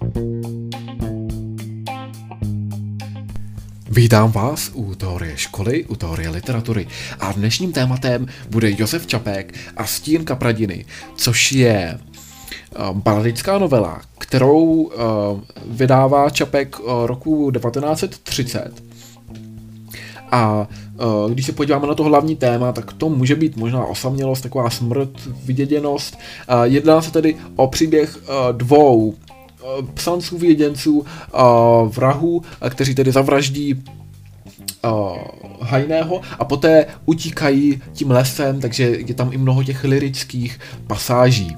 Vítám vás u Teorie školy, u Teorie literatury a dnešním tématem bude Josef Čapek a Stín Kapradiny, což je baladická novela, kterou vydává Čapek roku 1930. A když se podíváme na to hlavní téma, tak to může být možná osamělost, taková smrt, vyděděnost. Jedná se tedy o příběh dvou psanců, věděnců, vrahů, kteří tedy zavraždí Hajného a poté utíkají tím lesem, takže je tam i mnoho těch lyrických pasáží.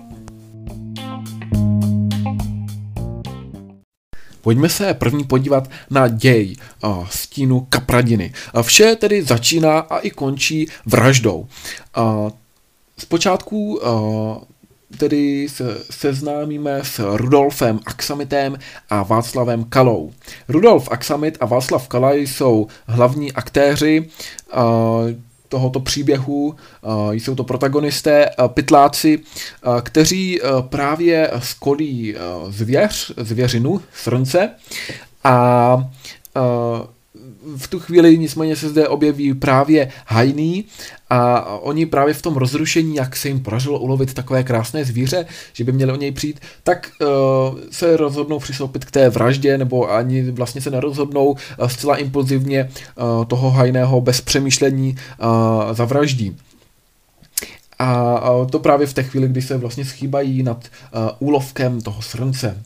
Pojďme se první podívat na děj Stínu Kapradiny. Vše tedy začíná a i končí vraždou. Zpočátku tedy se seznámíme s Rudolfem Aksamitem a Václavem Kalou. Rudolf Aksamit a Václav Kala jsou hlavní aktéři tohoto příběhu, jsou to protagonisté, pytláci, kteří právě skolí zvěřinu, srnce a v tu chvíli nicméně se zde objeví právě Hajný a oni právě v tom rozrušení, jak se jim podařilo ulovit takové krásné zvíře, že by měli o něj přijít, tak se rozhodnou přistoupit k té vraždě, nebo ani vlastně se nerozhodnou, zcela impulzivně toho Hajného bez přemýšlení zavraždí. A to právě v té chvíli, kdy se vlastně schýbají nad úlovkem toho srnce.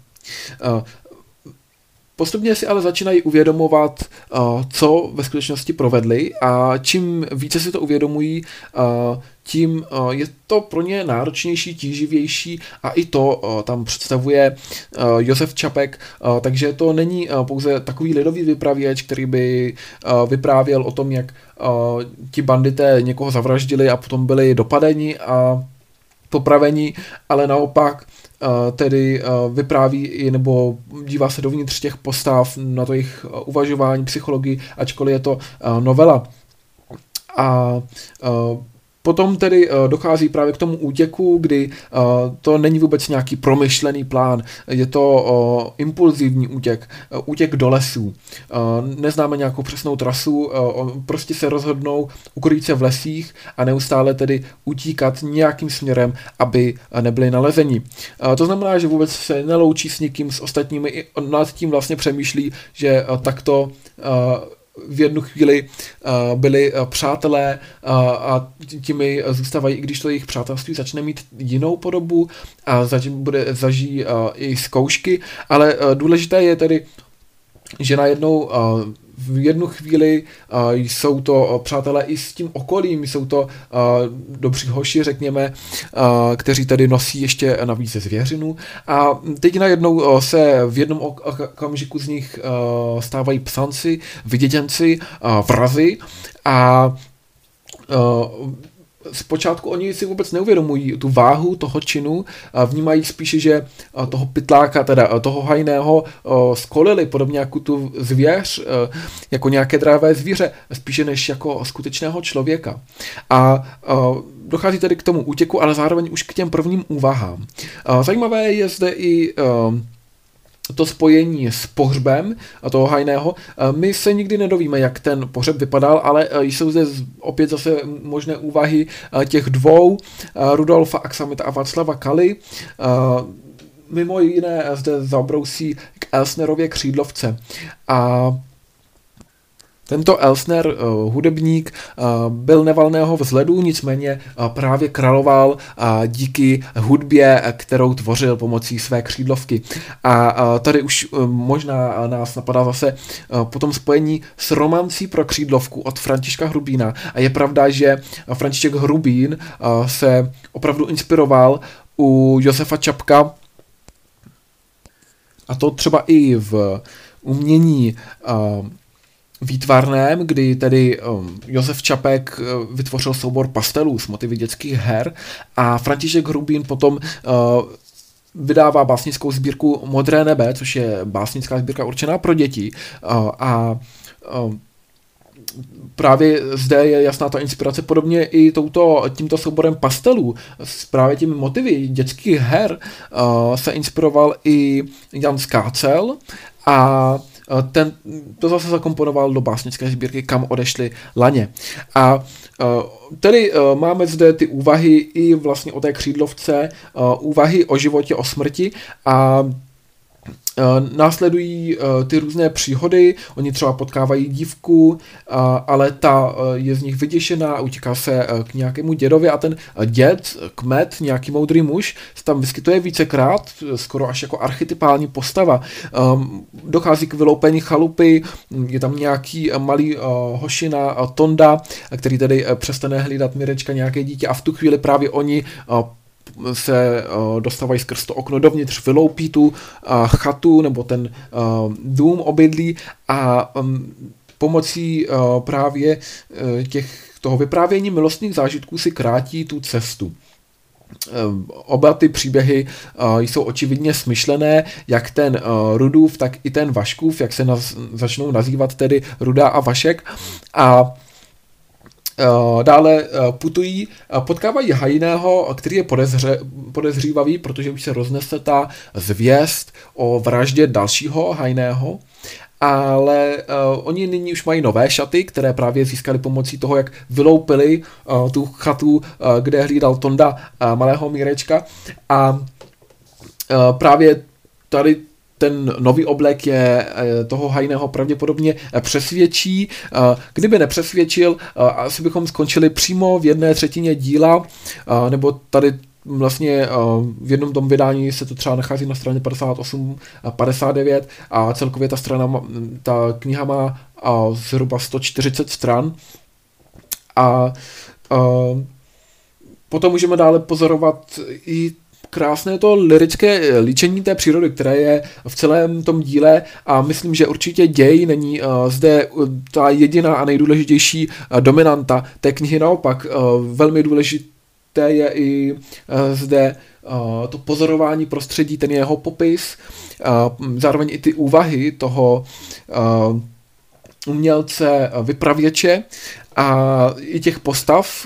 Postupně si ale začínají uvědomovat, co ve skutečnosti provedli, a čím více si to uvědomují, tím je to pro ně náročnější, tíživější a i to tam představuje Josef Čapek, takže to není pouze takový lidový vypravěč, který by vyprávěl o tom, jak ti bandité někoho zavraždili a potom byli dopadeni a popraveni, ale naopak tedy vypráví i nebo dívá se dovnitř těch postav na to jejich uvažování, psychologii, ačkoliv je to novela. A potom tedy dochází právě k tomu útěku, kdy to není vůbec nějaký promyšlený plán, je to impulzivní útěk do lesů. Neznáme nějakou přesnou trasu, prostě se rozhodnou ukrýt se v lesích a neustále tedy utíkat nějakým směrem, aby nebyli nalezeni. To znamená, že vůbec se neloučí s nikým, s ostatními, i nad tím vlastně přemýšlí, že takto v jednu chvíli byli přátelé a těmi zůstávají, i když to jejich přátelství začne mít jinou podobu a zažijí i zkoušky, ale důležité je tedy, že najednou v jednu chvíli jsou to přátelé i s tím okolím, jsou to dobří hoši, řekněme, kteří tedy nosí ještě navíc zvěřinu, a teď najednou se v jednom okamžiku z nich stávají psanci, vyděděnci, vrazi a zpočátku oni si vůbec neuvědomují tu váhu toho činu, vnímají spíše, že toho pytláka, teda toho Hajného, skolili podobně jako tu zvěř, jako nějaké drávé zvíře, spíše než jako skutečného člověka. A dochází tedy k tomu útěku, ale zároveň už k těm prvním úvahám. Zajímavé je zde i to spojení s pohřbem toho Hajného. My se nikdy nedovíme, jak ten pohřeb vypadal, ale jsou zde opět zase možné úvahy těch dvou, Rudolfa Aksamita a Václava Kaly. Mimo jiné zde zabrousí k Elsnerově křídlovce. A tento Elsner, hudebník, byl nevalného vzhledu, nicméně právě královal díky hudbě, kterou tvořil pomocí své křídlovky. A tady už možná nás napadá zase potom spojení s romancí pro křídlovku od Františka Hrubína. A je pravda, že František Hrubín se opravdu inspiroval u Josefa Čapka, a to třeba i v umění výtvarném, kdy tedy Josef Čapek vytvořil soubor pastelů s motivy dětských her a František Hrubín potom vydává básnickou sbírku Modré nebe, což je básnická sbírka určená pro děti, a právě zde je jasná ta inspirace, podobně i tímto souborem pastelů, s právě těmi motivy dětských her se inspiroval i Jan Skácel a ten to zase zakomponoval do básnické sbírky Kam odešly laně. A tedy máme zde ty úvahy i vlastně o té křídlovce, úvahy o životě, o smrti a následují ty různé příhody, oni třeba potkávají dívku, ale ta je z nich vyděšená a utíká se k nějakému dědovi a ten děd, kmet, nějaký moudrý muž, se tam vyskytuje vícekrát, skoro až jako archetypální postava. Dochází k vyloupení chalupy, je tam nějaký malý hošina Tonda, který tedy přestane hlídat Mirečka nějaké dítě a v tu chvíli právě oni se dostávají skrz to okno dovnitř, vyloupí tu chatu nebo ten dům obydlí a pomocí právě toho vyprávění milostných zážitků si krátí tu cestu. Oba ty příběhy jsou očividně smyšlené, jak ten Rudův, tak i ten Vaškův, jak se začnou nazývat tedy Ruda a Vašek a dále putují, potkávají Hajného, který je podezřívavý, protože už se roznese ta zvěst o vraždě dalšího Hajného, ale oni nyní už mají nové šaty, které právě získali pomocí toho, jak vyloupili tu chatu, kde hlídal Tonda malého Mírečka a právě tady ten nový oblek je toho Hajného pravděpodobně přesvědčí. Kdyby nepřesvědčil, asi bychom skončili přímo v 1/3 díla, nebo tady vlastně v jednom tom vydání se to třeba nachází na straně 58 a 59 a celkově ta kniha má zhruba 140 stran a potom můžeme dále pozorovat i krásné to lirické líčení té přírody, které je v celém tom díle a myslím, že určitě děj není zde ta jediná a nejdůležitější dominanta té knihy, naopak velmi důležité je i zde to pozorování prostředí, ten jeho popis, zároveň i ty úvahy toho umělce, vypravěče a i těch postav.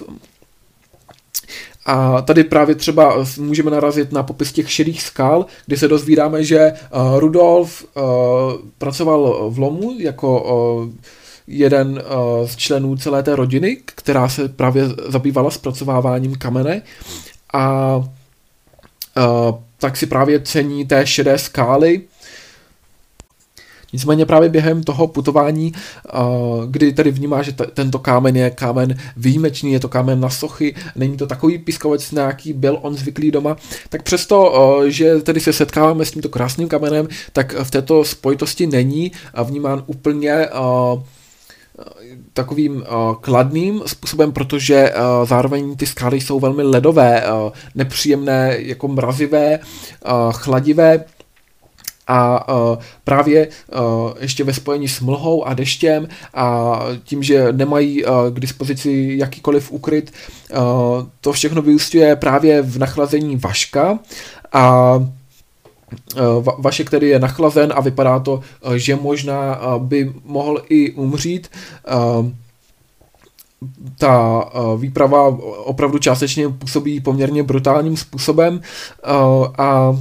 A tady právě třeba můžeme narazit na popis těch šedých skal, kdy se dozvídáme, že Rudolf pracoval v lomu jako jeden z členů celé té rodiny, která se právě zabývala zpracováváním kamene a tak si právě cení té šedé skály. Nicméně právě během toho putování, kdy tedy vnímá, že tento kámen je kámen výjimečný, je to kámen na sochy, není to takový pískovec, na jaký byl on zvyklý doma, tak přesto, že tedy se setkáváme s tímto krásným kamenem, tak v této spojitosti není vnímán úplně takovým kladným způsobem, protože zároveň ty skály jsou velmi ledové, nepříjemné, jako mrazivé, chladivé, a právě ještě ve spojení s mlhou a deštěm a tím, že nemají k dispozici jakýkoliv úkryt, to všechno vyúsťuje právě v nachlazení Vaška a Vašek tedy je nachlazen a vypadá to, že možná by mohl i umřít. Ta výprava opravdu částečně působí poměrně brutálním způsobem a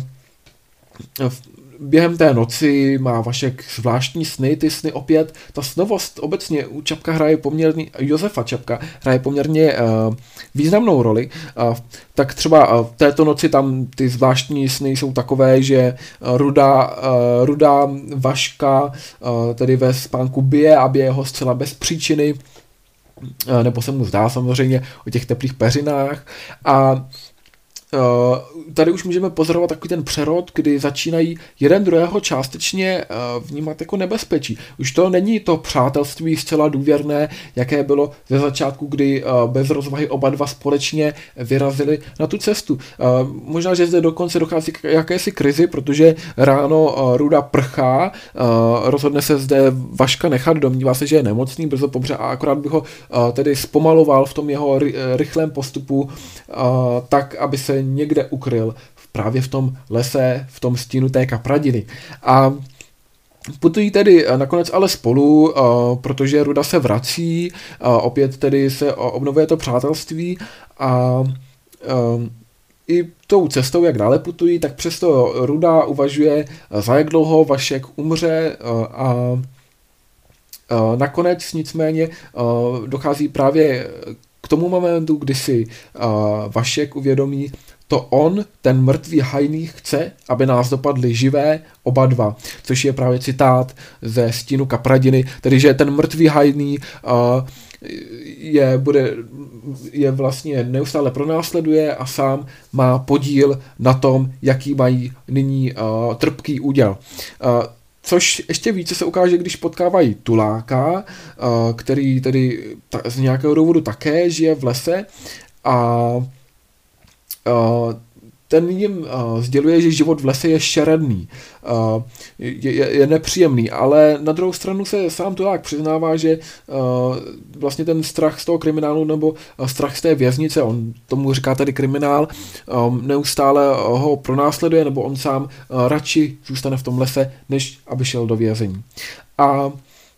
během té noci má Vašek zvláštní sny, ty sny opět, ta snovost obecně u Čapka hraje poměrně, Josefa Čapka hraje poměrně významnou roli, tak třeba v této noci tam ty zvláštní sny jsou takové, že Ruda Vaška tedy ve spánku bije a bije ho zcela bez příčiny, nebo se mu zdá samozřejmě o těch teplých peřinách a tady už můžeme pozorovat takový ten přerod, kdy začínají jeden druhého částečně vnímat jako nebezpečí. Už to není to přátelství zcela důvěrné, jaké bylo ze začátku, kdy bez rozvahy oba dva společně vyrazili na tu cestu. Možná, že zde dokonce dochází k jakési krizi, protože ráno Ruda prchá, rozhodne se zde Vaška nechat, domnívá se, že je nemocný, brzo pobře a akorát bych ho tedy zpomaloval v tom jeho rychlém postupu tak, aby se někde ukryl právě v tom lese, v tom stínu té kapradiny. A Putují tedy nakonec ale spolu, protože Ruda se vrací, opět tedy se obnovuje to přátelství a i tou cestou, jak dále putují, tak přesto Ruda uvažuje, za jak dlouho Vašek umře a nakonec nicméně dochází právě k tomu momentu, kdy si Vašek uvědomí, to on, ten mrtvý Hajný, chce, aby nás dopadli živé oba dva, což je právě citát ze Stínu Kapradiny, tedy že ten mrtvý Hajný je vlastně neustále pronásleduje a sám má podíl na tom, jaký mají nyní trpký úděl. Což ještě více se ukáže, když potkávají Tuláka, který tedy z nějakého důvodu také žije v lese a ten jim sděluje, že život v lese je šeredný, je nepříjemný, ale na druhou stranu se sám Tulák přiznává, že vlastně ten strach z toho kriminálu nebo strach z té věznice, on tomu říká tady kriminál, neustále ho pronásleduje, nebo on sám radši zůstane v tom lese, než aby šel do vězení. A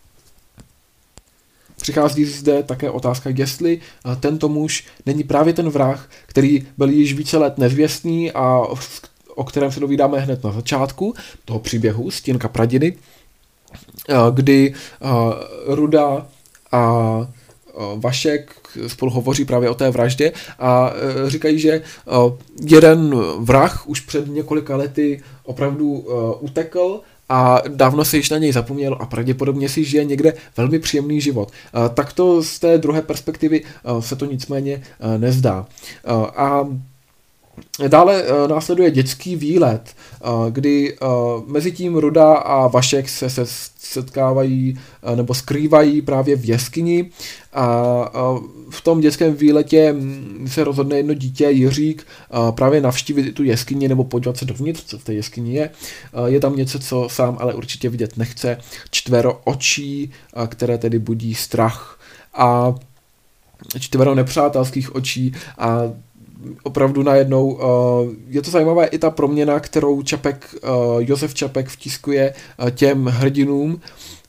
přichází zde také otázka, jestli tento muž není právě ten vrah, který byl již více let nezvěstný a o kterém se dovídáme hned na začátku toho příběhu Stín Kapradiny, kdy Ruda a Vašek spolu hovoří právě o té vraždě a říkají, že jeden vrah už před několika lety opravdu utekl a dávno se již na něj zapomněl a pravděpodobně si žije někde velmi příjemný život. Takto z té druhé perspektivy se to nicméně nezdá. A dále následuje dětský výlet, kdy mezi tím Ruda a Vašek se setkávají nebo skrývají právě v jeskyni a v tom dětském výletě se rozhodne jedno dítě, Jiřík, právě navštívit tu jeskyni nebo podívat se dovnitř, co v té jeskyni je. Je tam něco, co sám ale určitě vidět nechce. 4 očí, které tedy budí strach a 4 nepřátelských očí a opravdu najednou je to zajímavé i ta proměna, kterou Josef Čapek vtiskuje těm hrdinům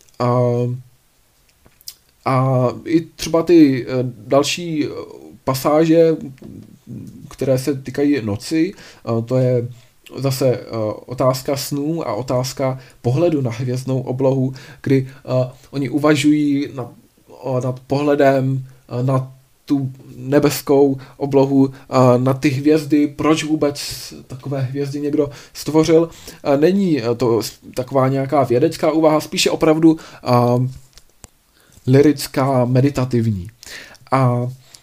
a i třeba ty další pasáže, které se týkají noci, to je zase otázka snů a otázka pohledu na hvězdnou oblohu, kdy oni uvažují nad pohledem na tu nebeskou oblohu, na ty hvězdy, proč vůbec takové hvězdy někdo stvořil. Není to taková nějaká vědecká úvaha, spíše opravdu lyrická, meditativní. A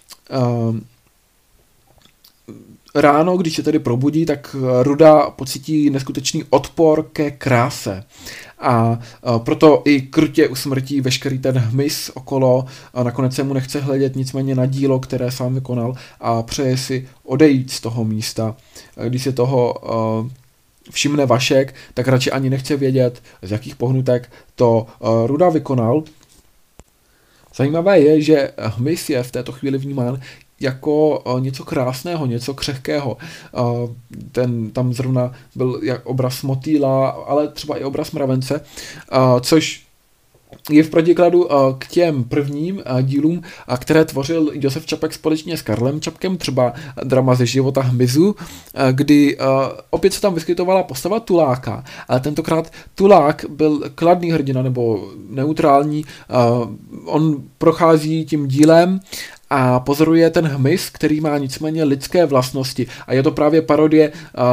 ráno, když se tedy probudí, tak Ruda pocítí neskutečný odpor ke kráse. A proto i krutě usmrtí veškerý ten hmyz okolo a nakonec se mu nechce hledět nicméně na dílo, které sám vykonal a přeje si odejít z toho místa. Když se toho všimne Vašek, tak radši ani nechce vědět, z jakých pohnutek to Ruda vykonal. Zajímavé je, že hmyz je v této chvíli vnímán jako něco krásného, něco křehkého. Tam zrovna byl jak obraz motýla, ale třeba i obraz mravence, což je v protikladu k těm prvním dílům, které tvořil Josef Čapek společně s Karlem Čapkem, třeba drama ze života hmyzu, kdy opět se tam vyskytovala postava Tuláka, ale tentokrát Tulák byl kladný hrdina nebo neutrální, on prochází tím dílem a pozoruje ten hmyz, který má nicméně lidské vlastnosti a je to právě parodie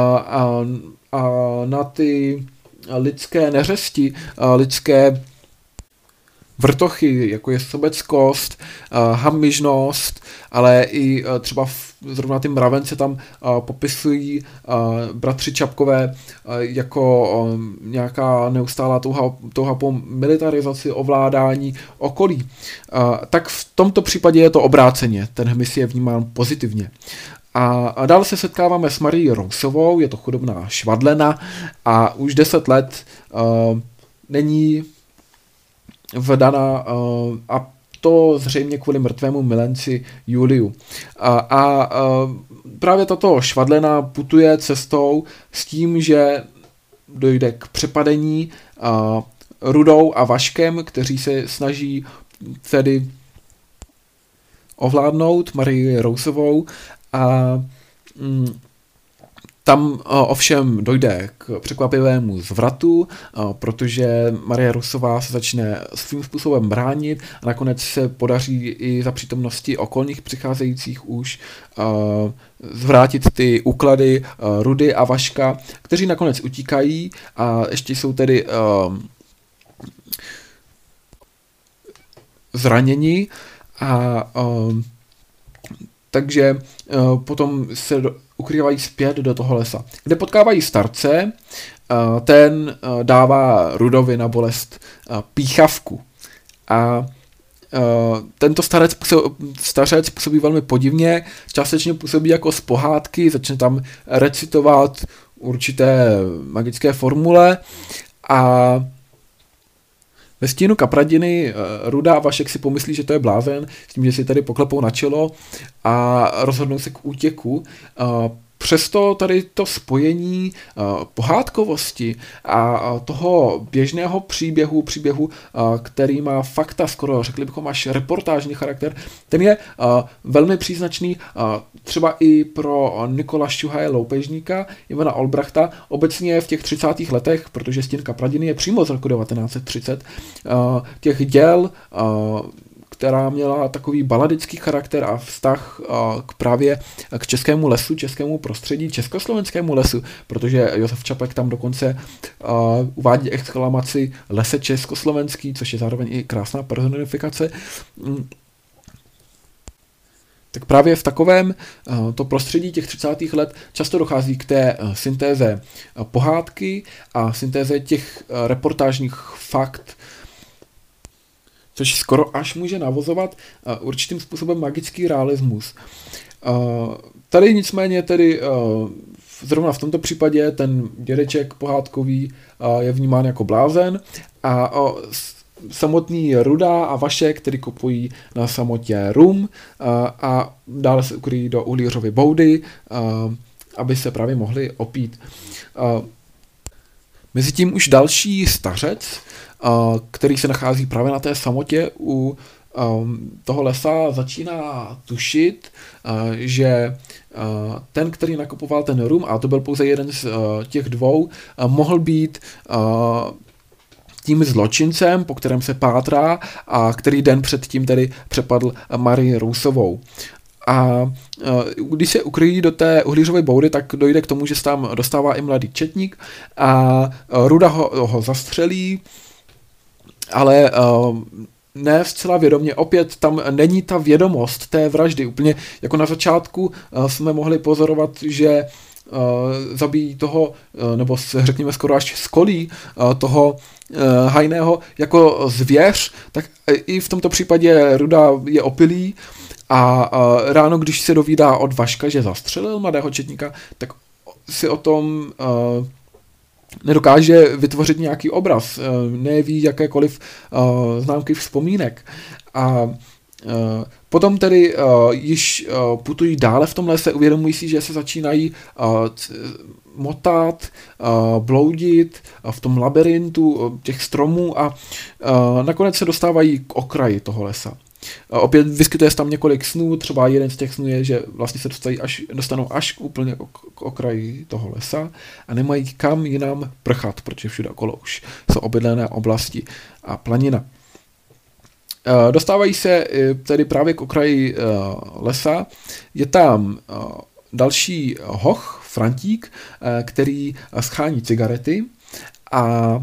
na ty lidské neřesti, lidské vrtochy, jako je sobeckost, hamižnost, ale i třeba zrovna ty mravence tam popisují bratři Čapkové jako nějaká neustálá touha po militarizaci, ovládání okolí. Tak v tomto případě je to obráceně, ten hmyz je vnímán pozitivně. A dále se setkáváme s Marií Rousovou, je to chudobná švadlena a už 10 let není vdaná a to zřejmě kvůli mrtvému milenci Juliu. A právě tato švadlena putuje cestou s tím, že dojde k přepadení Rudou a Vaškem, kteří se snaží tedy ovládnout Marii Rousovou a tam ovšem dojde k překvapivému zvratu, protože Marie Rousová se začne svým způsobem bránit a nakonec se podaří i za přítomnosti okolních přicházejících už zvrátit ty úklady Rudy a Vaška, kteří nakonec utíkají a ještě jsou tedy zraněni a takže potom se ukrývají zpět do toho lesa, kde potkávají starce, ten dává Rudovi na bolest píchavku. A tento stařec působí velmi podivně, částečně působí jako z pohádky, začne tam recitovat určité magické formule a ve stínu kapradiny Ruda a Vašek si pomyslí, že to je blázen, s tím, že si tady poklepou na čelo a rozhodnou se k útěku. Přesto tady to spojení pohádkovosti a toho běžného příběhu, který má fakta, skoro řekli bychom až reportážní charakter, ten je velmi příznačný třeba i pro Nikola Šťuhaje Loupežníka, Ivana Olbrachta, obecně v těch 30. letech, protože Stín kapradiny je přímo z roku 1930, těch děl, která měla takový baladický charakter a vztah právě k českému lesu, českému prostředí, československému lesu, protože Josef Čapek tam dokonce uvádí exklamaci lese československý, což je zároveň i krásná personifikace. Tak právě v takovém to prostředí těch 30. let často dochází k té syntéze pohádky a syntéze těch reportážních fakt, což skoro až může navozovat určitým způsobem magický realismus. Tady nicméně tedy zrovna v tomto případě ten dědeček pohádkový je vnímán jako blázen a samotný Ruda a Vašek, který kupují na samotě rum a dále se ukryjí do uhlířovy boudy, aby se právě mohli opít. Mezitím už další stařec, který se nachází právě na té samotě u toho lesa, začíná tušit, že ten, který nakupoval ten rum, a to byl pouze jeden z těch dvou, mohl být tím zločincem, po kterém se pátrá a který den předtím tedy přepadl Marii Rousovou. A když se ukryjí do té uhlířové boudy, tak dojde k tomu, že se tam dostává i mladý četník a Ruda ho zastřelí, ale ne zcela vědomě. Opět tam není ta vědomost té vraždy. Úplně jako na začátku jsme mohli pozorovat, že zabíjí toho, nebo řekněme skoro až skolí toho hajného jako zvěř, tak i v tomto případě Ruda je opilý a ráno, když se dovídá od Vaška, že zastřelil mladého četníka, tak si o tom nedokáže vytvořit nějaký obraz, neví jakékoliv známky vzpomínek. A potom tedy již putují dále v tom lese, uvědomují si, že se začínají motat, bloudit v tom labirintu těch stromů a nakonec se dostávají k okraji toho lesa. Opět vyskytuje se tam několik snů, třeba jeden z těch snů je, že vlastně se dostanou až úplně k okraji toho lesa a nemají kam jinam prchat, protože všude okolo už jsou obydlené oblasti a planina. Dostávají se tedy právě k okraji lesa, je tam další hoch, Frantík, který schání cigarety a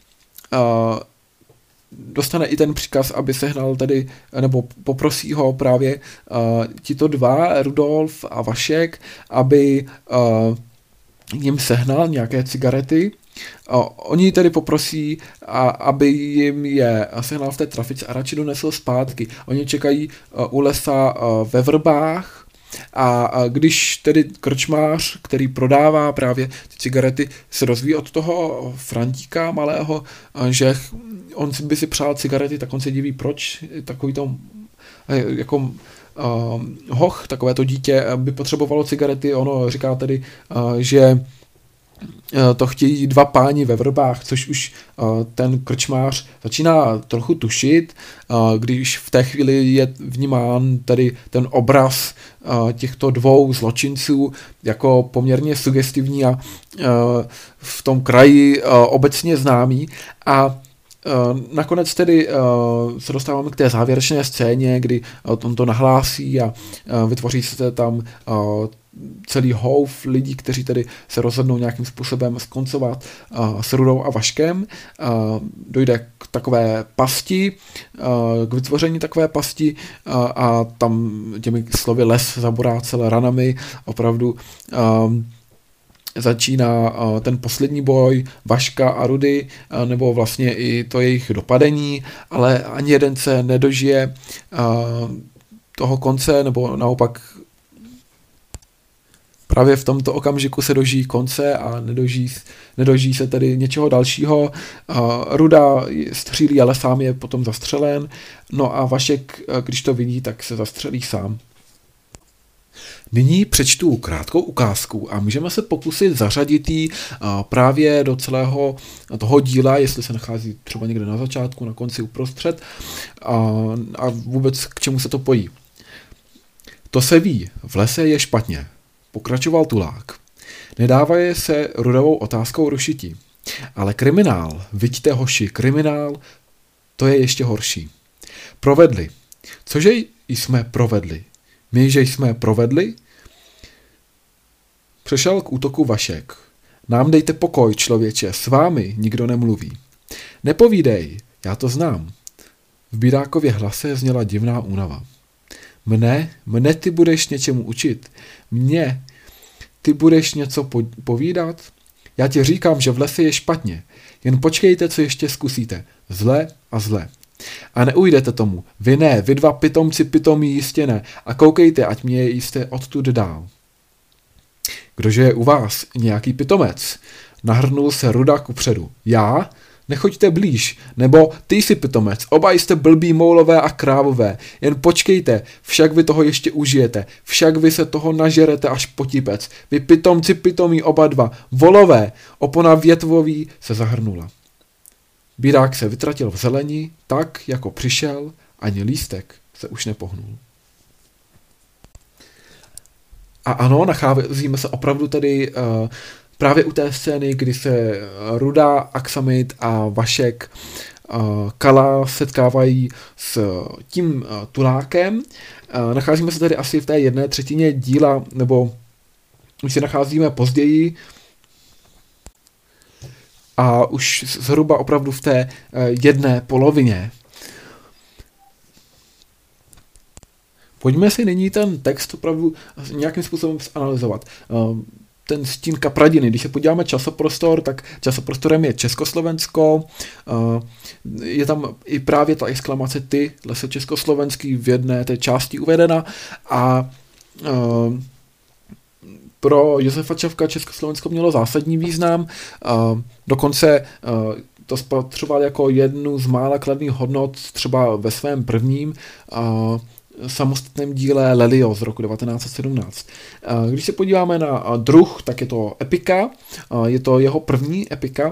dostane i ten příkaz, aby sehnal tedy, nebo poprosí ho právě tito dva, Rudolf a Vašek, aby jim sehnal nějaké cigarety. Oni tedy poprosí, aby jim je sehnal v té trafice a radši donesl zpátky. Oni čekají u lesa ve vrbách a když tedy krčmář, který prodává právě ty cigarety, se dozví od toho Frantíka malého, že on by si přál cigarety, tak on se diví, proč takový to jako hoch, takové to dítě by potřebovalo cigarety. Ono říká tedy, že to chtějí dva páni ve vrbách, což už ten krčmář začíná trochu tušit, když v té chvíli je vnímán tady ten obraz těchto dvou zločinců jako poměrně sugestivní a v tom kraji obecně známý. A nakonec tedy se dostáváme k té závěrečné scéně, kdy on to nahlásí a vytvoří se tam celý houf lidí, kteří tedy se rozhodnou nějakým způsobem skoncovat s Rudou a Vaškem. Dojde k takové pasti, k vytvoření takové pasti a tam těmi slovy les zaborácel ranami opravdu začíná ten poslední boj Vaška a Rudy, nebo vlastně i to jejich dopadení, ale ani jeden se nedožije toho konce, nebo naopak právě v tomto okamžiku se dožijí konce a nedožijí se tedy něčeho dalšího. Ruda střílí, ale sám je potom zastřelen, no a Vašek, když to vidí, tak se zastřelí sám. Nyní přečtu krátkou ukázku a můžeme se pokusit zařadit ji právě do celého toho díla, jestli se nachází třeba někde na začátku, na konci, uprostřed a vůbec k čemu se to pojí. To se ví, v lese je špatně, pokračoval Tulák. Nedávaje se Rudovou otázkou rušití. Ale kriminál, viďte hoši, kriminál, to je ještě horší. Provedli. Cože jsme provedli? My, že jsme provedli? Přešel k útoku Vašek. Nám dejte pokoj, člověče, s vámi nikdo nemluví. Nepovídej, já to znám. V Bídákově hlase zněla divná únava. Mne ty budeš něčemu učit. Mně ty budeš něco povídat? Já ti říkám, že v lese je špatně. Jen počkejte, co ještě zkusíte. Zle a zle. A neujdete tomu. Vy ne, vy dva pitomci pitomí jistě ne. A koukejte, ať mě jste odtud dál. Kdože je u vás? Nějaký pitomec. Nahrnul se Ruda kupředu. Já? Nechoďte blíž, nebo ty jsi pitomec, oba jste blbí moulové a krávové, jen počkejte, však vy toho ještě užijete, však vy se toho nažerete až potipec, vy pitomci pitomí oba dva, volové, opona větvový se zahrnula. Bídák se vytratil v zeleni, tak, jako přišel, ani lístek se už nepohnul. A ano, nacházíme se opravdu tady právě u té scény, kdy se Ruda, Aksamit a Vašek Kala setkávají s tím Tulákem. Nacházíme se tady asi v té 1/3 díla, nebo už se nacházíme později a už zhruba opravdu v té jedné polovině. Pojďme si nyní ten text opravdu nějakým způsobem zanalyzovat. Ten stín kapradiny. Když se podíváme časoprostor, tak časoprostorem je Československo, je tam i právě ta exklamace ty, lese československý v jedné té části uvedena a pro Josefa Čapka Československo mělo zásadní význam, dokonce to spatřoval jako jednu z mála kladných hodnot třeba ve svém prvním samostatném díle Lelio z roku 1917. Když se podíváme na druh, tak je to epika, je to jeho první epika.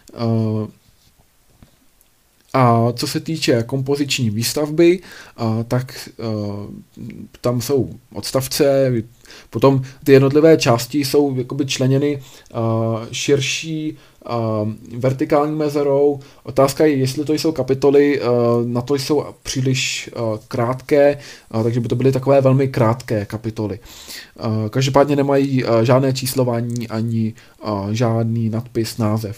A co se týče kompoziční výstavby, tak tam jsou odstavce, potom ty jednotlivé části jsou jakoby členěny širší vertikální mezerou. Otázka je, jestli to jsou kapitoly, na to jsou příliš krátké, takže by to byly takové velmi krátké kapitoly. Každopádně nemají žádné číslování ani žádný nadpis, název.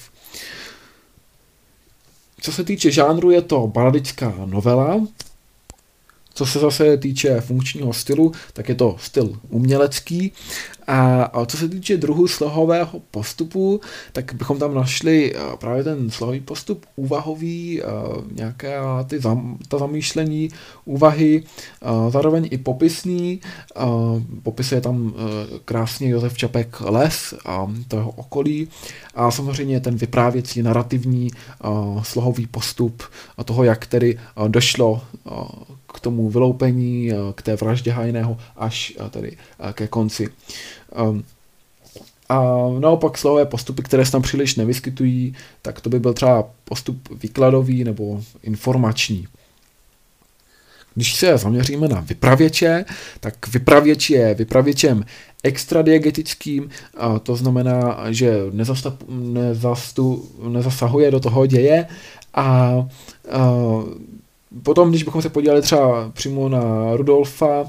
Co se týče žánru, je to baladická novela. Co se zase týče funkčního stylu, tak je to styl umělecký. A co se týče druhu slohového postupu, tak bychom tam našli právě ten slohový postup úvahový, nějaké ta zamýšlení, úvahy, zároveň i popisný. Popisuje tam krásně Josef Čapek les a toho okolí a samozřejmě ten vyprávěcí, narrativní slohový postup a toho, jak tedy došlo k tomu vyloupení, k té vraždě Hajného až tedy ke konci. A naopak slovové postupy, které se tam příliš nevyskytují, tak to by byl třeba postup výkladový nebo informační. Když se zaměříme na vypravěče, tak vypravěč je vypravěčem extradiegetickým, to znamená, že nezasahuje do toho děje a potom, když bychom se podívali třeba přímo na Rudolfa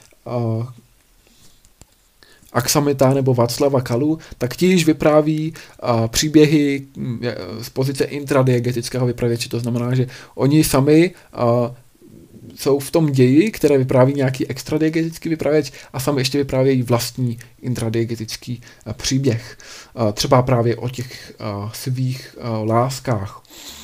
Aksamita nebo Václava Kalu, tak ti již vypráví příběhy z pozice intradiegetického vypravěče, to znamená, že oni sami jsou v tom ději, které vypráví nějaký extradiegetický vypravěč a sami ještě vyprávějí vlastní intradiegetický příběh. Třeba právě o těch svých láskách.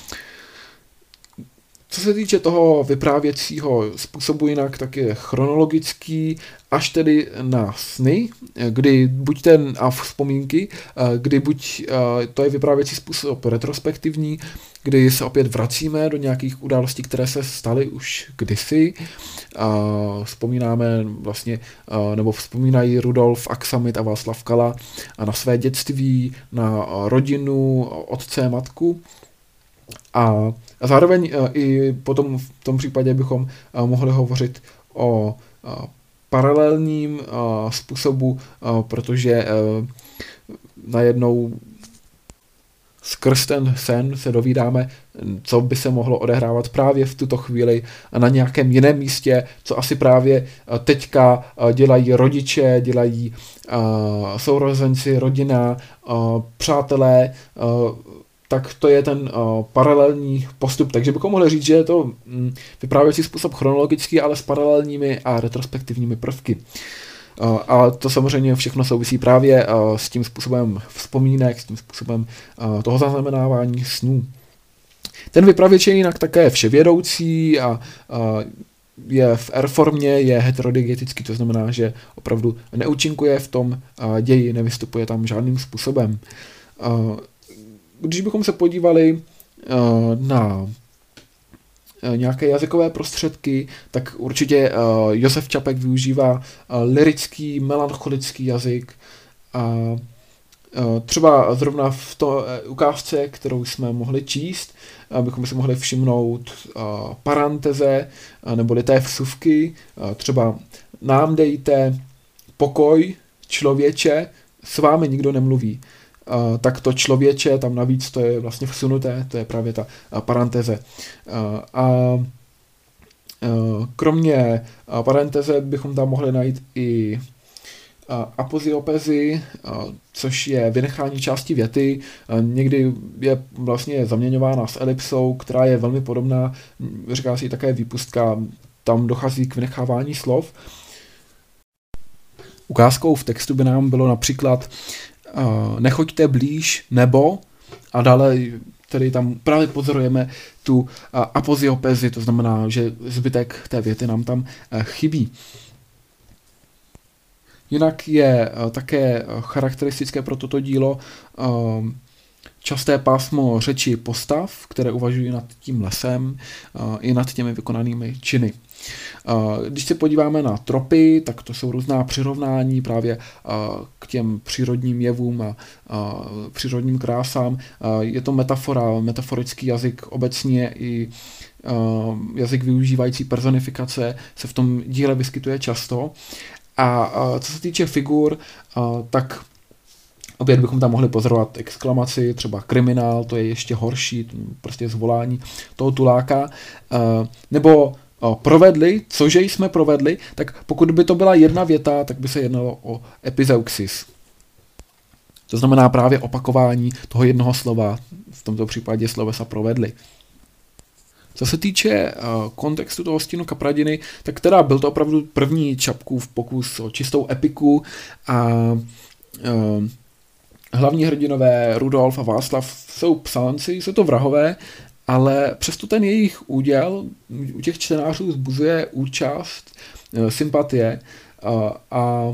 Co se týče toho vyprávěcího způsobu jinak, tak je chronologický, až tedy na sny, kdy buď a vzpomínky, kdy buď to je vyprávěcí způsob retrospektivní, kdy se opět vracíme do nějakých událostí, které se staly už kdysi. Vzpomínáme vlastně, nebo vzpomínají Rudolf Aksamit a Václav Kala na své dětství, na rodinu, otce, matku. A zároveň i potom v tom případě bychom mohli hovořit o paralelním způsobu, protože najednou skrz ten sen se dovídáme, co by se mohlo odehrávat právě v tuto chvíli na nějakém jiném místě, co asi právě teďka dělají rodiče, dělají sourozenci, rodina, přátelé, tak to je ten paralelní postup. Takže bychom mohli říct, že je to vyprávěcí způsob chronologický, ale s paralelními a retrospektivními prvky. A to samozřejmě všechno souvisí právě s tím způsobem vzpomínek, s tím způsobem toho zaznamenávání snů. Ten vypravěč je jinak také vševědoucí a je v R-formě, je heterodiegetický, to znamená, že opravdu neúčinkuje v tom ději, nevystupuje tam žádným způsobem. Když bychom se podívali na nějaké jazykové prostředky, tak určitě Josef Čapek využívá lyrický, melancholický jazyk. Třeba zrovna v to ukázce, kterou jsme mohli číst, bychom si mohli všimnout paranteze neboli té vsuvky, třeba nám dejte pokoj, člověče, s vámi nikdo nemluví. Tak to člověče, tam navíc to je vlastně vsunuté, to je právě ta paranteze. Kromě paranteze bychom tam mohli najít i apoziopezi, což je vynechání části věty. Někdy je vlastně zaměňována s elipsou, která je velmi podobná, říká se jí také výpustka, tam dochází k vynechávání slov. Ukázkou v textu by nám bylo například nechoďte blíž, nebo a dále tedy tam právě pozorujeme tu apoziopezi, to znamená, že zbytek té věty nám tam chybí. Jinak je také charakteristické pro toto dílo časté pásmo řeči postav, které uvažují nad tím lesem i nad těmi vykonanými činy. Když se podíváme na tropy, tak to jsou různá přirovnání právě k těm přírodním jevům a přírodním krásám. Je to metafora, metaforický jazyk obecně i jazyk využívající personifikace se v tom díle vyskytuje často. A co se týče figur, tak opět bychom tam mohli pozorovat exklamaci, třeba kriminál, to je ještě horší, prostě zvolání toho tuláka, nebo provedli, cože jsme provedli, tak pokud by to byla jedna věta, tak by se jednalo o epizeuxis. To znamená právě opakování toho jednoho slova, v tomto případě slovesa provedli. Co se týče kontextu toho Stínu kapradiny, tak teda byl to opravdu první Čapkův pokus o čistou epiku a hlavní hrdinové Rudolf a Václav jsou psánci, jsou to vrahové, ale přesto ten jejich úděl u těch čtenářů vzbuzuje účast, sympatie a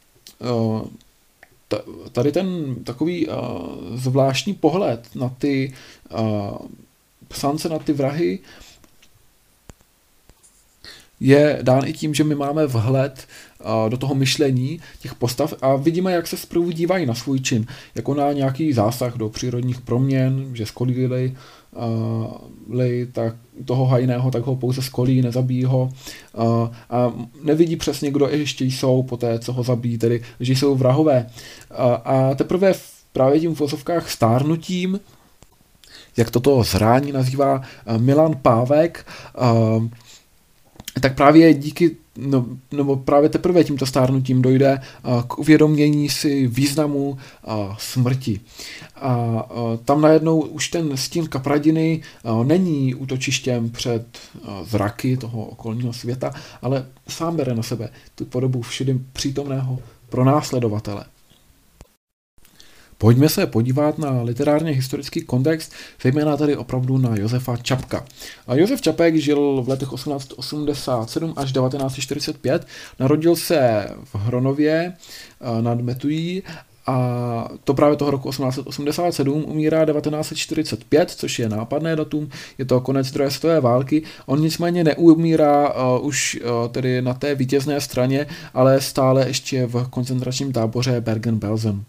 tady ten takový zvláštní pohled na ty psance, na ty vrahy je dán i tím, že my máme vhled do toho myšlení těch postav a vidíme, jak se zprvu dívají na svůj čin, jako na nějaký zásah do přírodních proměn, že skolili tak toho hajného, tak ho pouze skolí, nezabíjí ho a nevidí přesně, kdo ještě jsou po té, co ho zabíjí, tedy že jsou vrahové. A teprve právě tím v vozovkách stárnutím, jak toto zrání nazývá Milan Pávek, tak právě díky, nebo právě teprve tímto stárnutím dojde k uvědomění si významu smrti. A tam najednou už ten stín kapradiny není útočištěm před zraky toho okolního světa, ale sám bere na sebe tu podobu všudy přítomného pronásledovatele. Pojďme se podívat na literárně historický kontext, zejména tady opravdu na Josefa Čapka. Josef Čapek žil v letech 1887 až 1945, narodil se v Hronově nad Metují a to právě toho roku 1887, umírá 1945, což je nápadné datum, je to konec druhé světové války. On nicméně neumírá už tedy na té vítězné straně, ale stále ještě v koncentračním táboře Bergen-Belsen.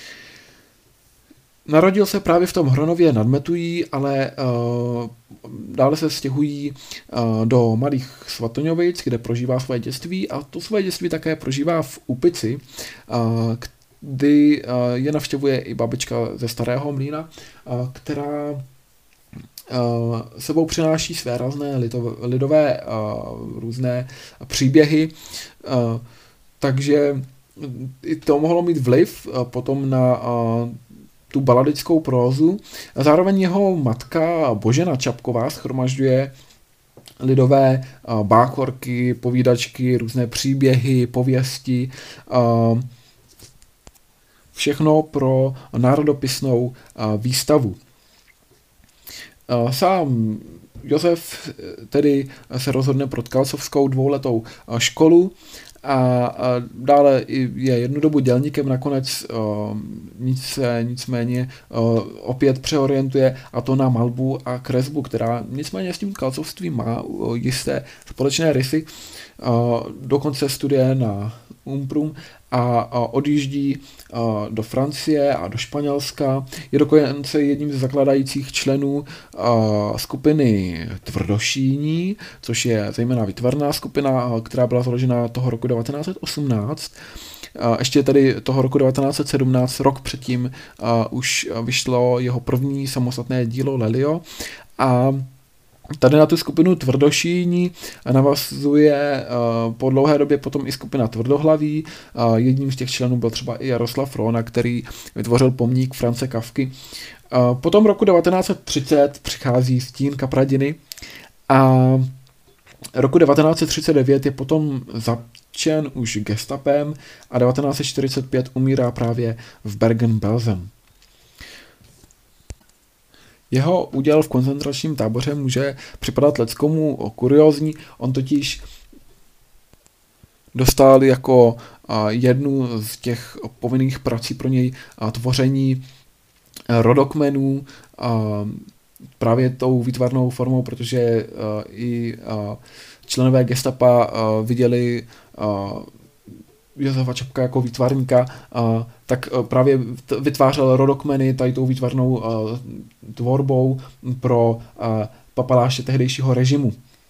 Narodil se právě v tom Hronově nad Metují, ale dále se stěhují do Malých Svatoňovic, kde prožívá svoje dětství a to svoje dětství také prožívá v Úpici, kdy je navštěvuje i babička ze Starého Mlýna, která sebou přináší své různé lidové různé příběhy, takže i to mohlo mít vliv potom na tu baladickou prózu. Zároveň jeho matka Božena Čapková shromažďuje lidové báchorky, povídačky, různé příběhy, pověsti, všechno pro národopisnou výstavu. Sám Josef tedy se rozhodne pro tkalcovskou dvouletou školu a dále je jednu dobu dělníkem, nakonec nicméně opět přeorientuje, a to na malbu a kresbu, která nicméně s tím tkalcovstvím má jisté společné rysy. Dokonce studuje na Umprum a odjíždí do Francie a do Španělska. Je dokonce jedním z zakladajících členů skupiny Tvrdošíní, což je zejména výtvarná skupina, která byla založena toho roku 1918. Ještě tady toho roku 1917, rok předtím, už vyšlo jeho první samostatné dílo Lelio a tady na tu skupinu Tvrdošíní navazuje po dlouhé době potom i skupina Tvrdohlaví. Jedním z těch členů byl třeba i Jaroslav Rona, který vytvořil pomník Franze Kafky. Potom roku 1930 přichází Stín kapradiny a roku 1939 je potom zatčen už gestapem a 1945 umírá právě v Bergen-Belsen. Jeho úděl v koncentračním táboře může připadat leckomu kuriózní, on totiž dostal jako jednu z těch povinných prací pro něj tvoření rodokmenů právě tou výtvarnou formou, protože i členové gestapa viděli Josefa Čapka jako výtvarníka, tak právě vytvářel rodokmeny tady tou výtvarnou tvorbou pro papaláše tehdejšího režimu.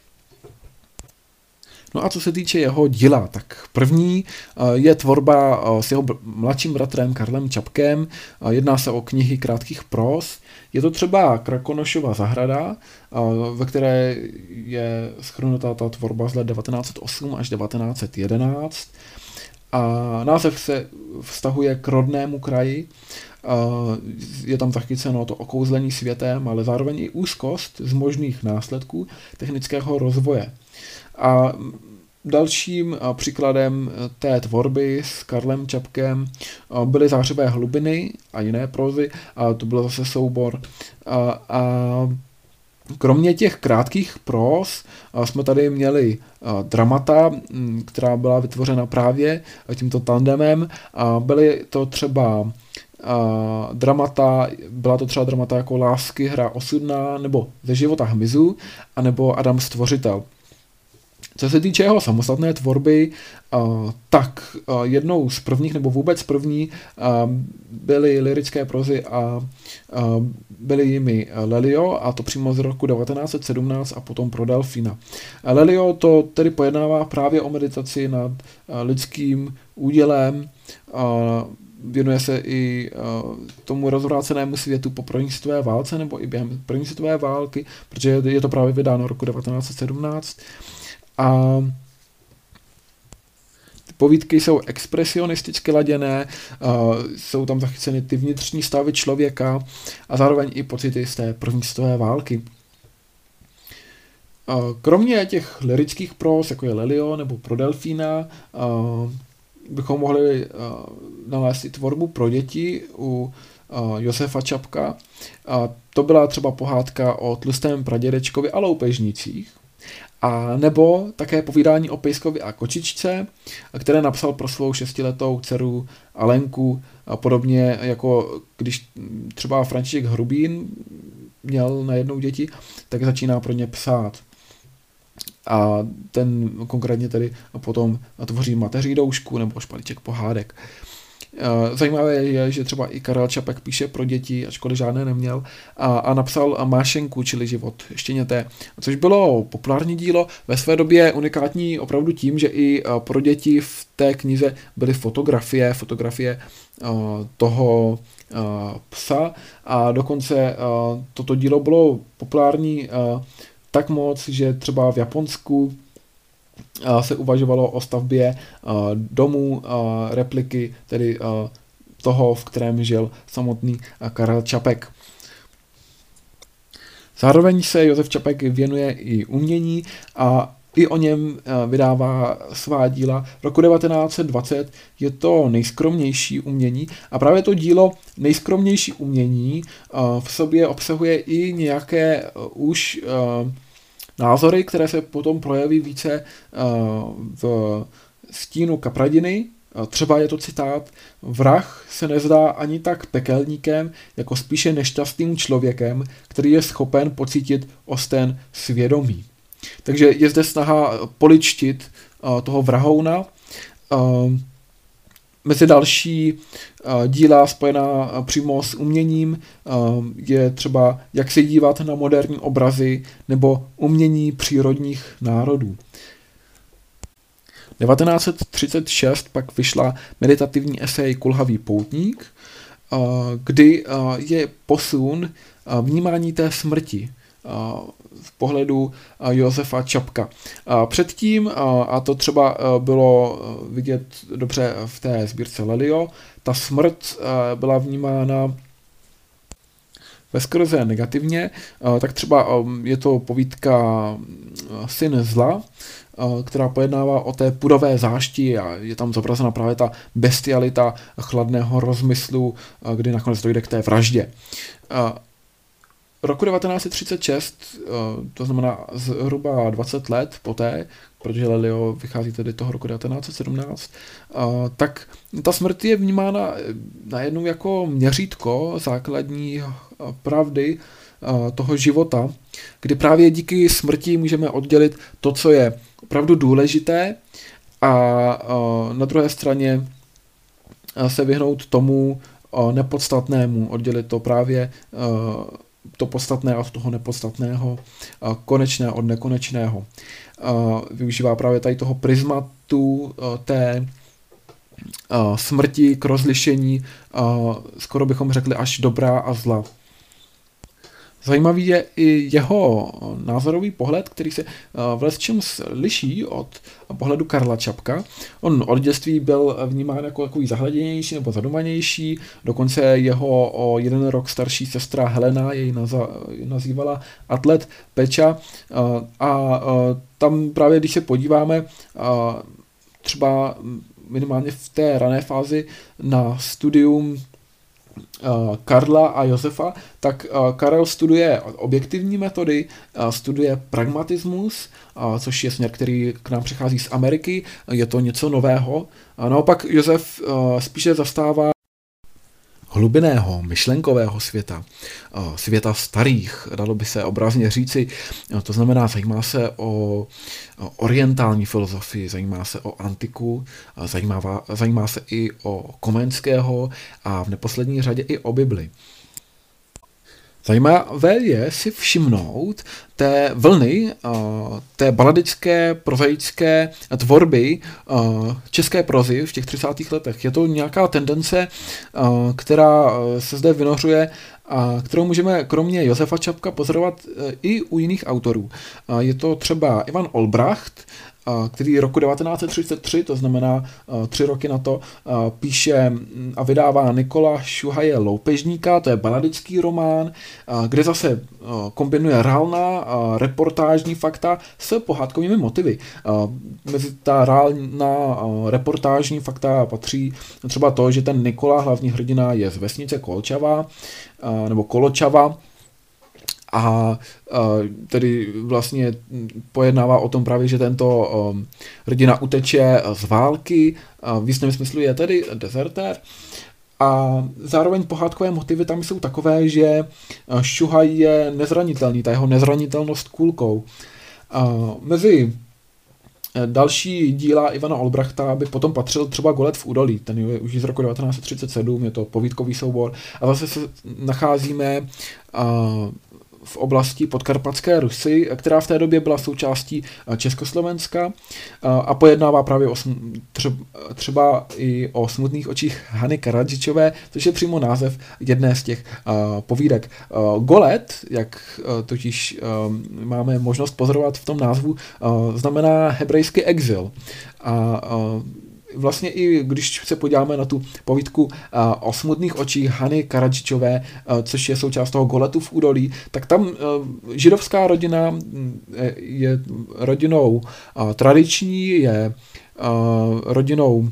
No a co se týče jeho díla, tak první je tvorba s jeho mladším bratrem Karlem Čapkem. Jedná se o knihy krátkých próz. Je to třeba Krakonošova zahrada, ve které je shrnutá ta tvorba z let 1908 až 1911. A název se vztahuje k rodnému kraji. Je tam zachyceno to okouzlení světem, ale zároveň i úzkost z možných následků technického rozvoje. A dalším příkladem té tvorby s Karlem Čapkem byly Zářivé hlubiny a jiné prózy, a to byl zase soubor. A kromě těch krátkých próz jsme tady měli dramata, která byla vytvořena právě tímto tandemem. Byly to třeba dramata, byla to třeba dramata jako Lásky, hra osudná, nebo Ze života hmyzu, anebo Adam Stvořitel. Co se týče jeho samostatné tvorby, tak jednou z prvních, nebo vůbec první, byly lyrické prozy a byly jimi Lelio, a to přímo z roku 1917 a potom pro Delfína. Lelio to tedy pojednává právě o meditaci nad lidským údělem, věnuje se i tomu rozvrácenému světu po první světové válce nebo i během první světové války, protože je to právě vydáno roku 1917. A ty povídky jsou expresionisticky laděné, jsou tam zachyceny ty vnitřní stavy člověka a zároveň i pocity z té první světové války. Kromě těch lyrických próz, jako je Lelio nebo pro Delfína, bychom mohli nalézt i tvorbu pro děti u Josefa Čapka. To byla třeba pohádka o tlustém pradědečkovi a loupežnicích. A nebo také povídání o pejskovi a kočičce, které napsal pro svou 6letou dceru Alenku, a podobně jako když třeba František Hrubín měl najednou děti, tak začíná pro ně psát. A ten konkrétně tedy potom tvoří Mateří doušku nebo Špalíček pohádek. Zajímavé je, že třeba i Karel Čapek píše pro děti, ačkoliv žádné neměl, a napsal Mášenku, čili Život štěněte, což bylo populární dílo, ve své době unikátní opravdu tím, že i pro děti v té knize byly fotografie toho psa, a dokonce toto dílo bylo populární tak moc, že třeba v Japonsku se uvažovalo o stavbě domu, repliky, tedy toho, v kterém žil samotný Karel Čapek. Zároveň se Josef Čapek věnuje i umění a i o něm vydává svá díla. V roku 1920 je to Nejskromnější umění a právě to dílo Nejskromnější umění v sobě obsahuje i nějaké už názory, které se potom projeví více v stínu Kapradiny. Třeba je to citát: vrah se nezdá ani tak pekelníkem, jako spíše nešťastným člověkem, který je schopen pocítit osten svědomí. Takže je zde snaha poličtit toho vrahouna. Mezi další díla spojená přímo s uměním je třeba Jak se dívat na moderní obrazy nebo Umění přírodních národů. 1936 pak vyšla meditativní esej Kulhavý poutník, kdy je posun vnímání té smrti v pohledu Josefa Čapka. Předtím, a to třeba bylo vidět dobře v té sbírce Lelio, ta smrt byla vnímána veskrze negativně, tak třeba je to povídka Syn zla, která pojednává o té pudové zášti a je tam zobrazena právě ta bestialita chladného rozmyslu, kdy nakonec dojde k té vraždě. Roku 1936, to znamená zhruba 20 let poté, protože Lelio vychází tedy toho roku 1917, tak ta smrt je vnímána najednou jako měřítko základní pravdy toho života, kdy právě díky smrti můžeme oddělit to, co je opravdu důležité, a na druhé straně se vyhnout tomu nepodstatnému, oddělit to právě to podstatné od toho nepodstatného, konečné od nekonečného. Využívá právě tady toho prismatu té smrti k rozlišení, skoro bychom řekli až dobrá a zla. Zajímavý je i jeho názorový pohled, který se v lecčems liší od pohledu Karla Čapka. On od dětství byl vnímán jako takový zahleděnější nebo zadumanější, dokonce jeho o 1 rok starší sestra Helena jej nazývala atlet Peča, a tam právě, když se podíváme třeba minimálně v té rané fázi na studium Karla a Josefa, tak Karel studuje objektivní metody, studuje pragmatismus, což je směr, který k nám přichází z Ameriky, je to něco nového. A naopak Josef spíše zastává hlubinného, myšlenkového světa, světa starých, dalo by se obrazně říci, to znamená, zajímá se o orientální filozofii, zajímá se o antiku, zajímá se i o Komenského a v neposlední řadě i o Bibli. Zajímavé je si všimnout té vlny, té baladické, prozaické tvorby české prozy v těch 30. letech. Je to nějaká tendence, která se zde vynořuje a kterou můžeme kromě Josefa Čapka pozorovat i u jiných autorů. Je to třeba Ivan Olbracht, který roku 1933, to znamená 3 roky na to, píše a vydává Nikola Šuhaje Loupežníka, to je baladický román, kde zase kombinuje reálná reportážní fakta s pohádkovými motivy. Mezi ta reálná reportážní fakta patří třeba to, že ten Nikola, hlavní hrdina, je z vesnice Kolčava, nebo Koločava, a tedy vlastně pojednává o tom právě, že tento hrdina uteče z války, v jistém smyslu je tedy dezertér. A zároveň pohádkové motivy tam jsou takové, že Šuhaj je nezranitelný, ta jeho nezranitelnost kůlkou. Mezi další díla Ivana Olbrachta by potom patřil třeba Golet v údolí, ten je už z roku 1937, je to povídkový soubor. A zase se nacházíme v oblasti Podkarpatské Rusy, která v té době byla součástí Československa a pojednává právě třeba i o smutných očích Hany Karadžičové, což je přímo název jedné z těch povídek. Golet, jak totiž máme možnost pozorovat v tom názvu, znamená hebrejský exil. Vlastně i když se podíváme na tu povídku o smutných očích Hany Karadžičové, což je součást toho Goletu v údolí, tak tam židovská rodina je rodinou tradiční, je rodinou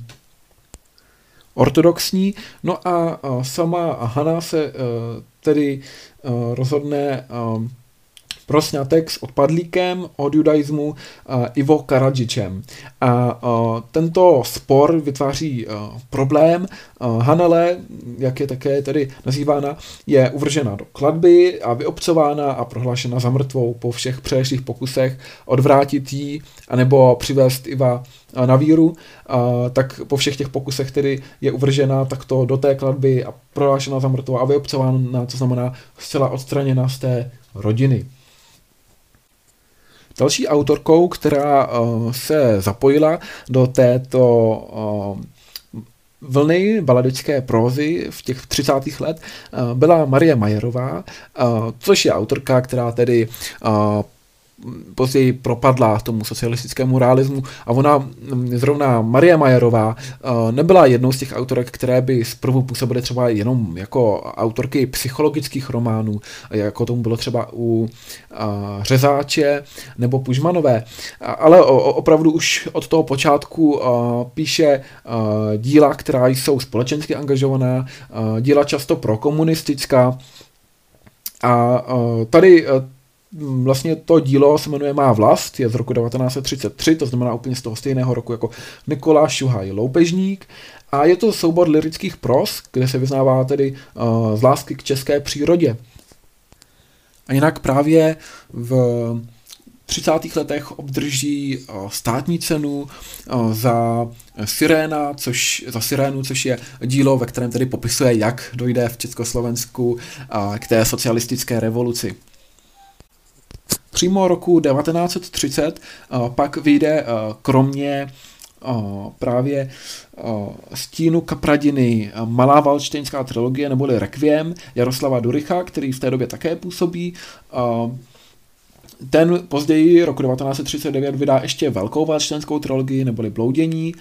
ortodoxní, no a sama Hana se tedy rozhodne pro sňatek s odpadlíkem od judaismu Ivo Karadžičem. A tento spor vytváří problém. Hanele, jak je také tedy nazývána, je uvržena do klatby a vyobcována a prohlášena za mrtvou po všech předešlých pokusech odvrátit jí anebo přivést Iva na víru, tak po všech těch pokusech tedy je uvržena takto do té klatby a prohlášena za mrtvou a vyobcována, co znamená zcela odstraněna z té rodiny. Další autorkou, která se zapojila do této vlny baladické prózy v těch 30. let, byla Marie Majerová, což je autorka, která tedy později propadla tomu socialistickému realismu a ona, zrovna Marie Majerová, nebyla jednou z těch autorek, které by zprvu působily třeba jenom jako autorky psychologických románů, jako tomu bylo třeba u Řezáče nebo Pužmanové, ale opravdu už od toho počátku píše díla, která jsou společensky angažovaná, díla často prokomunistická a tady vlastně to dílo se jmenuje Má vlast, je z roku 1933, to znamená úplně z toho stejného roku jako Nikola Šuhaj Loupežník. A je to soubor lyrických pros, kde se vyznává tedy z lásky k české přírodě. A jinak právě v 30. letech obdrží státní cenu za Sirénu, což je dílo, ve kterém tedy popisuje, jak dojde v Československu k té socialistické revoluci. Přímo roku 1930 pak vyjde kromě právě Stínu Kapradiny Malá valštejnská trilogie neboli Requiem Jaroslava Duricha, který v té době také působí. Ten později roku 1939 vydá ještě Velkou valštejnskou trilogii neboli Bloudění.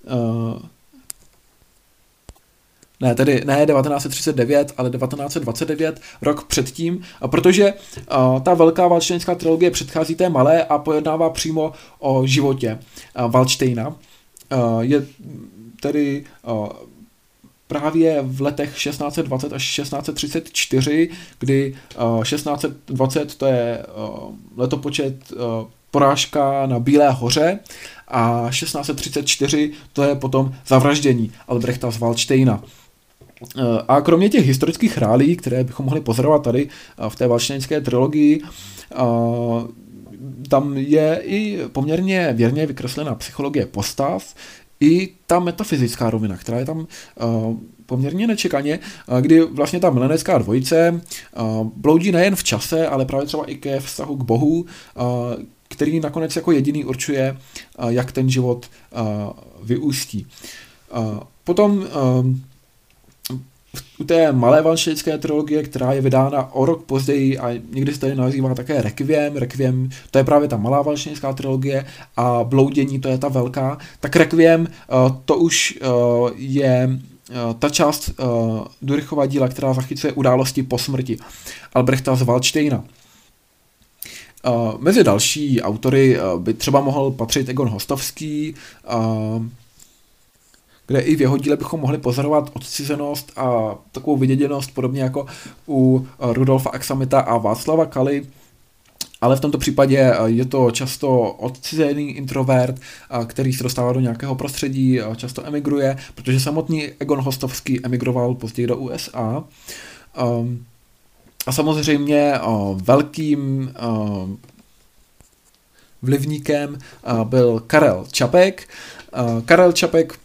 Ne 1939, ale 1929, rok předtím, protože ta Velká valštejnská trilogie předchází té malé a pojednává přímo o životě Valdštejna. Je tedy právě v letech 1620 až 1634, kdy 1620 to je letopočet porážka na Bílé hoře a 1634 to je potom zavraždění Albrechta z Valdštejna. A kromě těch historických reálií, které bychom mohli pozorovat tady v té valštěnické trilogii, tam je i poměrně věrně vykreslená psychologie postav, i ta metafyzická rovina, která je tam poměrně nečekaně, kdy vlastně ta milenecká dvojice bloudí nejen v čase, ale právě třeba i ke vztahu k Bohu, který nakonec jako jediný určuje, jak ten život vyústí. Potom u té malé valštěnické trilogie, která je vydána o rok později a někdy se tady nazývá také Requiem. Requiem, to je právě ta malá valštěnická trilogie a Bloudění, to je ta velká. Tak Requiem, to už je ta část Durychova díla, která zachycuje události po smrti Albrechta z Valdštejna. Mezi další autory by třeba mohl patřit Egon Hostovský, kde i v jeho díle bychom mohli pozorovat odcizenost a takovou vyděděnost, podobně jako u Rudolfa Aksamita a Václava Kaly, ale v tomto případě je to často odcizený introvert, který se dostává do nějakého prostředí, často emigruje, protože samotný Egon Hostovský emigroval později do USA. A samozřejmě velkým vlivníkem byl Karel Čapek. Karel Čapek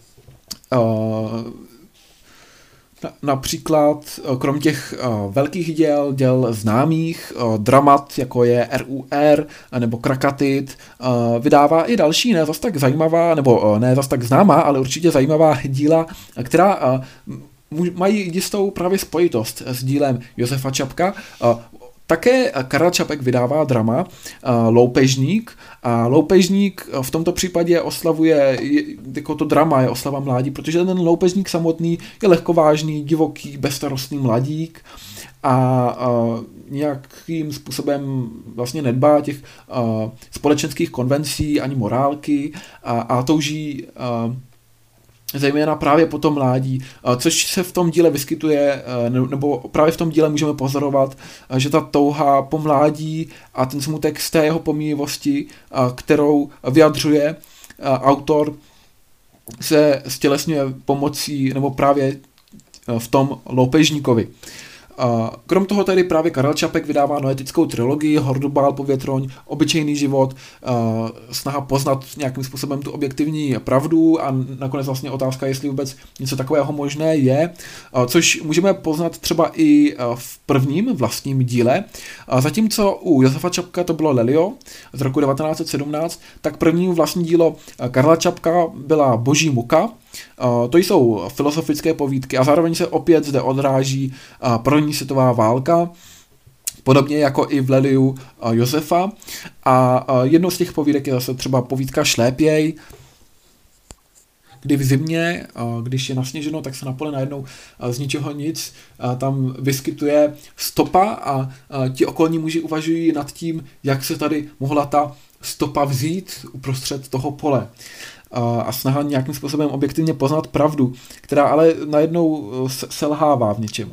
například krom těch velkých děl známých, dramat, jako je RUR nebo Krakatit, vydává i další ne zas tak zajímavá, nebo ne zas tak známá, ale určitě zajímavá díla, která mají jistou právě spojitost s dílem Josefa Čapka. Také Karel Čapek vydává drama Loupežník a Loupežník v tomto případě oslavuje, jako to drama je oslava mládí, protože ten loupežník samotný je lehkovážný, divoký, bezstarostný mladík a nějakým způsobem vlastně nedbá těch společenských konvencí ani morálky a touží zejména právě po tom mládí, což se v tom díle vyskytuje, nebo právě v tom díle můžeme pozorovat, že ta touha po mládí a ten smutek z té jeho pomíjivosti, kterou vyjadřuje autor, se stělesňuje pomocí, nebo právě v tom loupežníkovi. Krom toho tedy právě Karel Čapek vydává noetickou trilogii Hordubál, Povětroň, Obyčejný život, snaha poznat nějakým způsobem tu objektivní pravdu a nakonec vlastně otázka, jestli vůbec něco takového možné je, což můžeme poznat třeba i v prvním vlastním díle. Zatímco u Josefa Čapka to bylo Lelio z roku 1917, tak první vlastní dílo Karla Čapka byla Boží muka. To jsou filozofické povídky a zároveň se opět zde odráží první světová válka, podobně jako i v Leliu Josefa. A jednou z těch povídek je zase třeba povídka Šlépěj, kdy v zimě, když je nasněženo, tak se na pole najednou z ničeho nic tam vyskytuje stopa a ti okolní muži uvažují nad tím, jak se tady mohla ta stopa vzít uprostřed toho pole. A snaha nějakým způsobem objektivně poznat pravdu, která ale najednou selhává v něčem.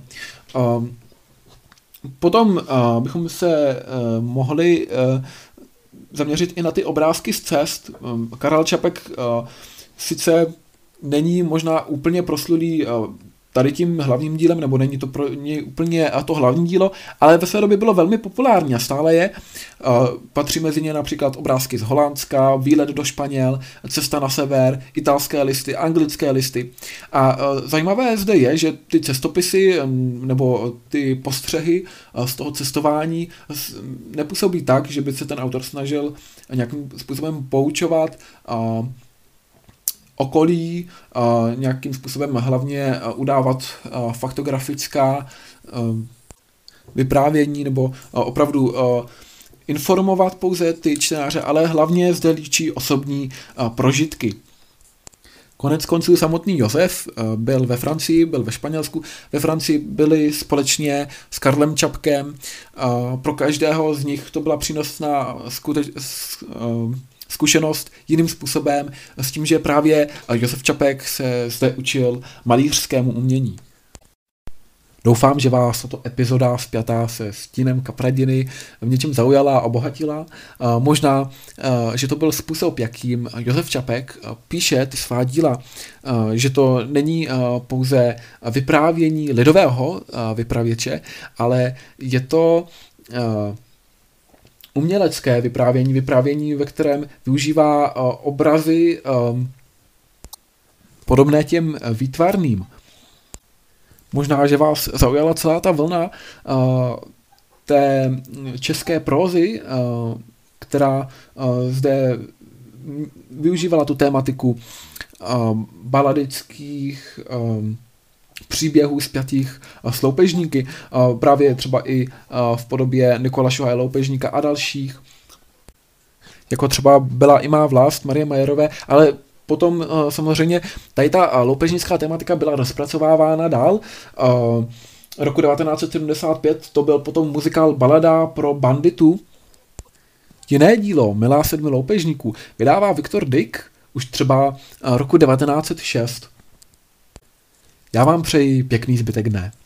Potom bychom se mohli zaměřit i na ty obrázky z cest. Karel Čapek sice není možná úplně proslulý tady tím hlavním dílem, nebo není to pro něj úplně to hlavní dílo, ale ve své době bylo velmi populární a stále je. Patří mezi ně například obrázky z Holandska, Výlet do Španěl, Cesta na sever, italské listy, anglické listy. A zajímavé zde je, že ty cestopisy nebo ty postřehy z toho cestování nepůsobí tak, že by se ten autor snažil nějakým způsobem poučovat okolí, nějakým způsobem hlavně udávat faktografická vyprávění nebo opravdu informovat pouze ty čtenáře, ale hlavně zde líčí osobní prožitky. Konec konců samotný Josef byl ve Francii, byl ve Španělsku. Ve Francii byli společně s Karlem Čapkem. Pro každého z nich to byla přínosná zkušenost jiným způsobem, s tím, že právě Josef Čapek se zde učil malířskému umění. Doufám, že vás tato epizoda spjatá se Stínem Kapradiny v něčem zaujala a obohatila. Možná, že to byl způsob, jakým Josef Čapek píše ty svá díla, že to není pouze vyprávění lidového vypravěče, ale je to umělecké vyprávění, ve kterém využívá obrazy podobné těm výtvarným. Možná, že vás zaujala celá ta vlna té české prózy, která zde využívala tu tématiku baladických příběhů spjatých s loupežníky, právě třeba i v podobě Nikola Šuhaje Loupežníka a dalších, jako třeba byla i Má vlast Marie Majerové, ale potom samozřejmě tady ta loupežnická tematika byla rozpracovávána dál. Roku 1975 to byl potom muzikál Balada pro banditu. Jiné dílo, Milá 7 loupežníků, vydává Viktor Dyk už třeba roku 1906. Já vám přeji pěkný zbytek dne.